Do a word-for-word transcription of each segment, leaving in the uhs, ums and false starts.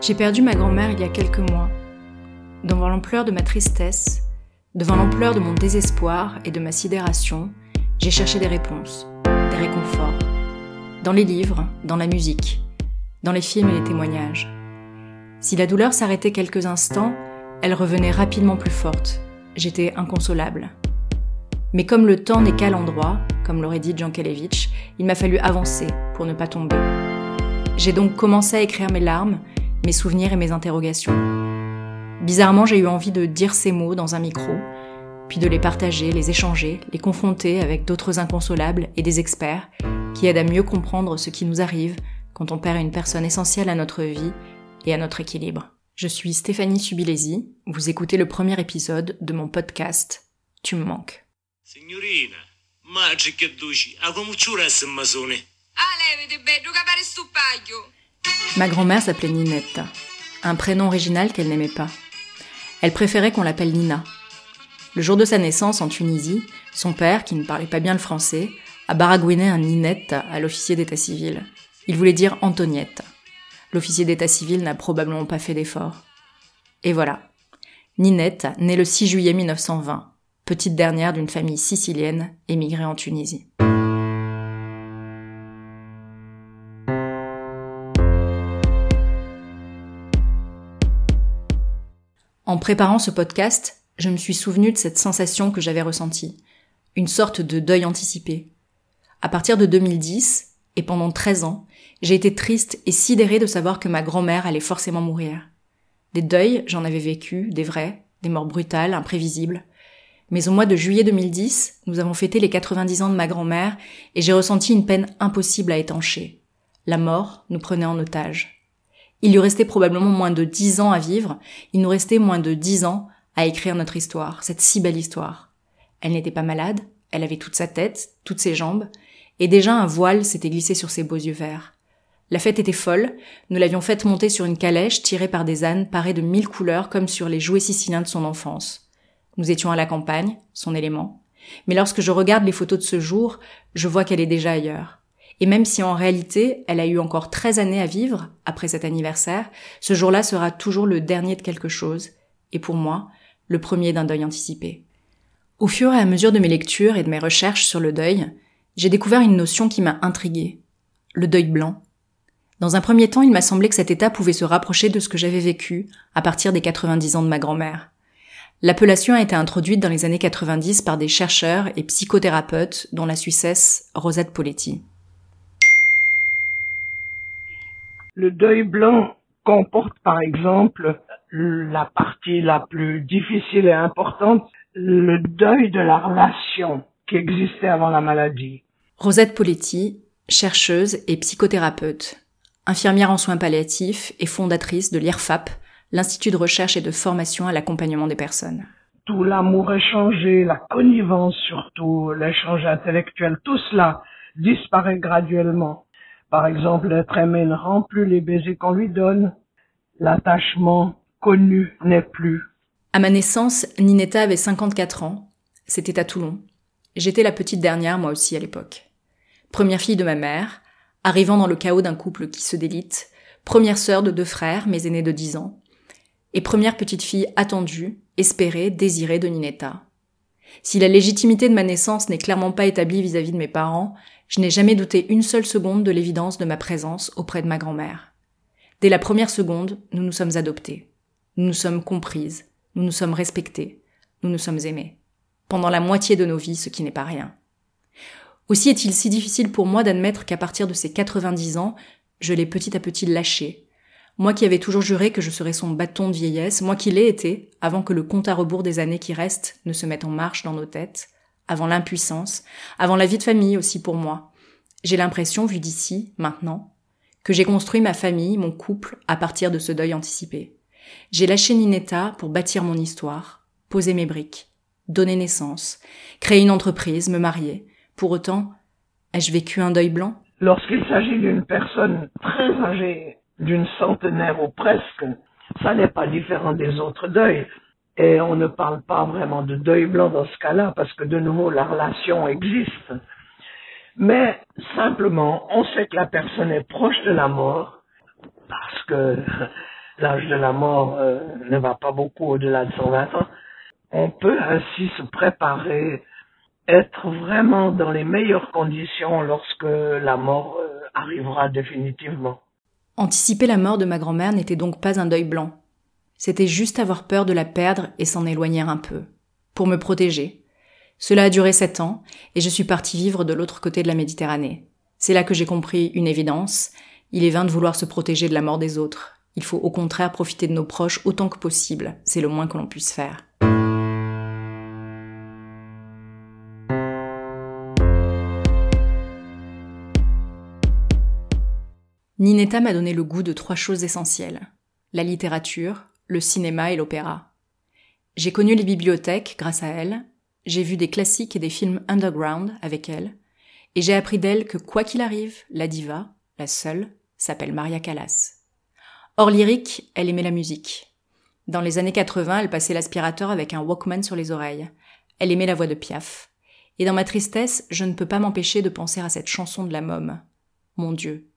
J'ai perdu ma grand-mère il y a quelques mois. Devant l'ampleur de ma tristesse, devant l'ampleur de mon désespoir et de ma sidération, j'ai cherché des réponses, des réconforts. Dans les livres, dans la musique, dans les films et les témoignages. Si la douleur s'arrêtait quelques instants, elle revenait rapidement plus forte. J'étais inconsolable. Mais comme le temps n'est qu'à l'endroit, comme l'aurait dit Jankélévitch, il m'a fallu avancer pour ne pas tomber. J'ai donc commencé à écrire mes larmes, mes souvenirs et mes interrogations. Bizarrement, j'ai eu envie de dire ces mots dans un micro, puis de les partager, les échanger, les confronter avec d'autres inconsolables et des experts qui aident à mieux comprendre ce qui nous arrive quand on perd une personne essentielle à notre vie et à notre équilibre. Je suis Stéphanie Subilesi, vous écoutez le premier épisode de mon podcast « Tu me manques ». Signorina, ma che duci, a come ciura se masone. Ah, levete bello capare sto paglio. Ma grand-mère s'appelait Ninetta, un prénom original qu'elle n'aimait pas. Elle préférait qu'on l'appelle Nina. Le jour de sa naissance en Tunisie, son père, qui ne parlait pas bien le français, a baragouiné un Ninette à l'officier d'état civil. Il voulait dire Antoniette. L'officier d'état civil n'a probablement pas fait d'effort. Et voilà. Ninette, née le six juillet mille neuf cent vingt, petite dernière d'une famille sicilienne émigrée en Tunisie. En préparant ce podcast, je me suis souvenue de cette sensation que j'avais ressentie, une sorte de deuil anticipé. À partir de deux mille dix, et pendant treize ans, j'ai été triste et sidérée de savoir que ma grand-mère allait forcément mourir. Des deuils, j'en avais vécu, des vrais, des morts brutales, imprévisibles. Mais au mois de juillet deux mille dix, nous avons fêté les quatre-vingt-dix ans de ma grand-mère et j'ai ressenti une peine impossible à étancher. La mort nous prenait en otage. Il lui restait probablement moins de dix ans à vivre, il nous restait moins de dix ans à écrire notre histoire, cette si belle histoire. Elle n'était pas malade, elle avait toute sa tête, toutes ses jambes, et déjà un voile s'était glissé sur ses beaux yeux verts. La fête était folle, nous l'avions faite monter sur une calèche tirée par des ânes parés de mille couleurs comme sur les jouets siciliens de son enfance. Nous étions à la campagne, son élément, mais lorsque je regarde les photos de ce jour, je vois qu'elle est déjà ailleurs. Et même si en réalité, elle a eu encore treize années à vivre après cet anniversaire, ce jour-là sera toujours le dernier de quelque chose, et pour moi, le premier d'un deuil anticipé. Au fur et à mesure de mes lectures et de mes recherches sur le deuil, j'ai découvert une notion qui m'a intriguée, le deuil blanc. Dans un premier temps, il m'a semblé que cet état pouvait se rapprocher de ce que j'avais vécu à partir des quatre-vingt-dix ans de ma grand-mère. L'appellation a été introduite dans les années quatre-vingt-dix par des chercheurs et psychothérapeutes, dont la Suissesse Rosette Poletti. Le deuil blanc comporte par exemple la partie la plus difficile et importante, le deuil de la relation qui existait avant la maladie. Rosette Poletti, chercheuse et psychothérapeute, infirmière en soins palliatifs et fondatrice de l'I R F A P, l'Institut de recherche et de formation à l'accompagnement des personnes. Tout l'amour échangé, la connivence surtout, l'échange intellectuel, tout cela disparaît graduellement. Par exemple, l'être aimé ne rend plus les baisers qu'on lui donne. L'attachement connu n'est plus. À ma naissance, Ninetta avait cinquante-quatre ans. C'était à Toulon. J'étais la petite dernière, moi aussi, à l'époque. Première fille de ma mère, arrivant dans le chaos d'un couple qui se délite, première sœur de deux frères, mes aînés de dix ans, et première petite fille attendue, espérée, désirée de Ninetta. Si la légitimité de ma naissance n'est clairement pas établie vis-à-vis de mes parents, je n'ai jamais douté une seule seconde de l'évidence de ma présence auprès de ma grand-mère. Dès la première seconde, nous nous sommes adoptées. Nous nous sommes comprises, nous nous sommes respectées, nous nous sommes aimées. Pendant la moitié de nos vies, ce qui n'est pas rien. Aussi est-il si difficile pour moi d'admettre qu'à partir de ces quatre-vingt-dix ans, je l'ai petit à petit lâché. Moi qui avais toujours juré que je serais son bâton de vieillesse, moi qui l'ai été, avant que le compte à rebours des années qui restent ne se mette en marche dans nos têtes, avant l'impuissance, avant la vie de famille aussi pour moi. J'ai l'impression, vu d'ici, maintenant, que j'ai construit ma famille, mon couple, à partir de ce deuil anticipé. J'ai lâché Ninetta pour bâtir mon histoire, poser mes briques, donner naissance, créer une entreprise, me marier. Pour autant, ai-je vécu un deuil blanc ? Lorsqu'il s'agit d'une personne très âgée, d'une centenaire ou presque, ça n'est pas différent des autres deuils. Et on ne parle pas vraiment de deuil blanc dans ce cas-là, parce que de nouveau, la relation existe. Mais simplement, on sait que la personne est proche de la mort, parce que l'âge de la mort euh, ne va pas beaucoup au-delà de cent vingt ans. On peut ainsi se préparer, être vraiment dans les meilleures conditions lorsque la mort euh, arrivera définitivement. Anticiper la mort de ma grand-mère n'était donc pas un deuil blanc. C'était juste avoir peur de la perdre et s'en éloigner un peu, pour me protéger. Cela a duré sept ans, et je suis partie vivre de l'autre côté de la Méditerranée. C'est là que j'ai compris une évidence. Il est vain de vouloir se protéger de la mort des autres. Il faut au contraire profiter de nos proches autant que possible. C'est le moins que l'on puisse faire. Ninetta m'a donné le goût de trois choses essentielles. La littérature, le cinéma et l'opéra. J'ai connu les bibliothèques grâce à elle, j'ai vu des classiques et des films underground avec elle, et j'ai appris d'elle que quoi qu'il arrive, la diva, la seule, s'appelle Maria Callas. Hors lyrique, elle aimait la musique. Dans les années quatre-vingts, elle passait l'aspirateur avec un Walkman sur les oreilles. Elle aimait la voix de Piaf. Et dans ma tristesse, je ne peux pas m'empêcher de penser à cette chanson de la môme. Mon Dieu.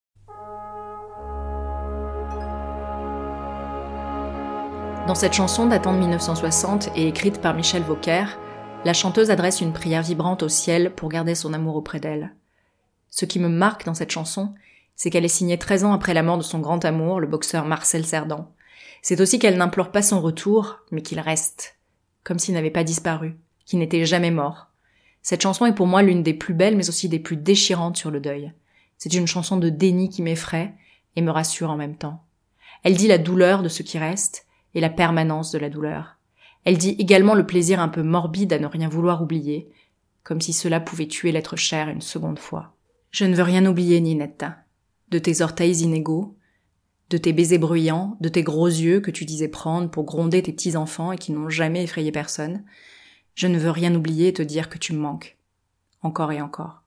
Dans cette chanson datant de dix-neuf cent soixante et écrite par Michel Vauquer, la chanteuse adresse une prière vibrante au ciel pour garder son amour auprès d'elle. Ce qui me marque dans cette chanson, c'est qu'elle est signée treize ans après la mort de son grand amour, le boxeur Marcel Cerdan. C'est aussi qu'elle n'implore pas son retour, mais qu'il reste, comme s'il n'avait pas disparu, qu'il n'était jamais mort. Cette chanson est pour moi l'une des plus belles, mais aussi des plus déchirantes sur le deuil. C'est une chanson de déni qui m'effraie et me rassure en même temps. Elle dit la douleur de ce qui reste, et la permanence de la douleur. Elle dit également le plaisir un peu morbide à ne rien vouloir oublier, comme si cela pouvait tuer l'être cher une seconde fois. Je ne veux rien oublier, Ninetta. De tes orteils inégaux, de tes baisers bruyants, de tes gros yeux que tu disais prendre pour gronder tes petits-enfants et qui n'ont jamais effrayé personne. Je ne veux rien oublier et te dire que tu me manques. Encore et encore.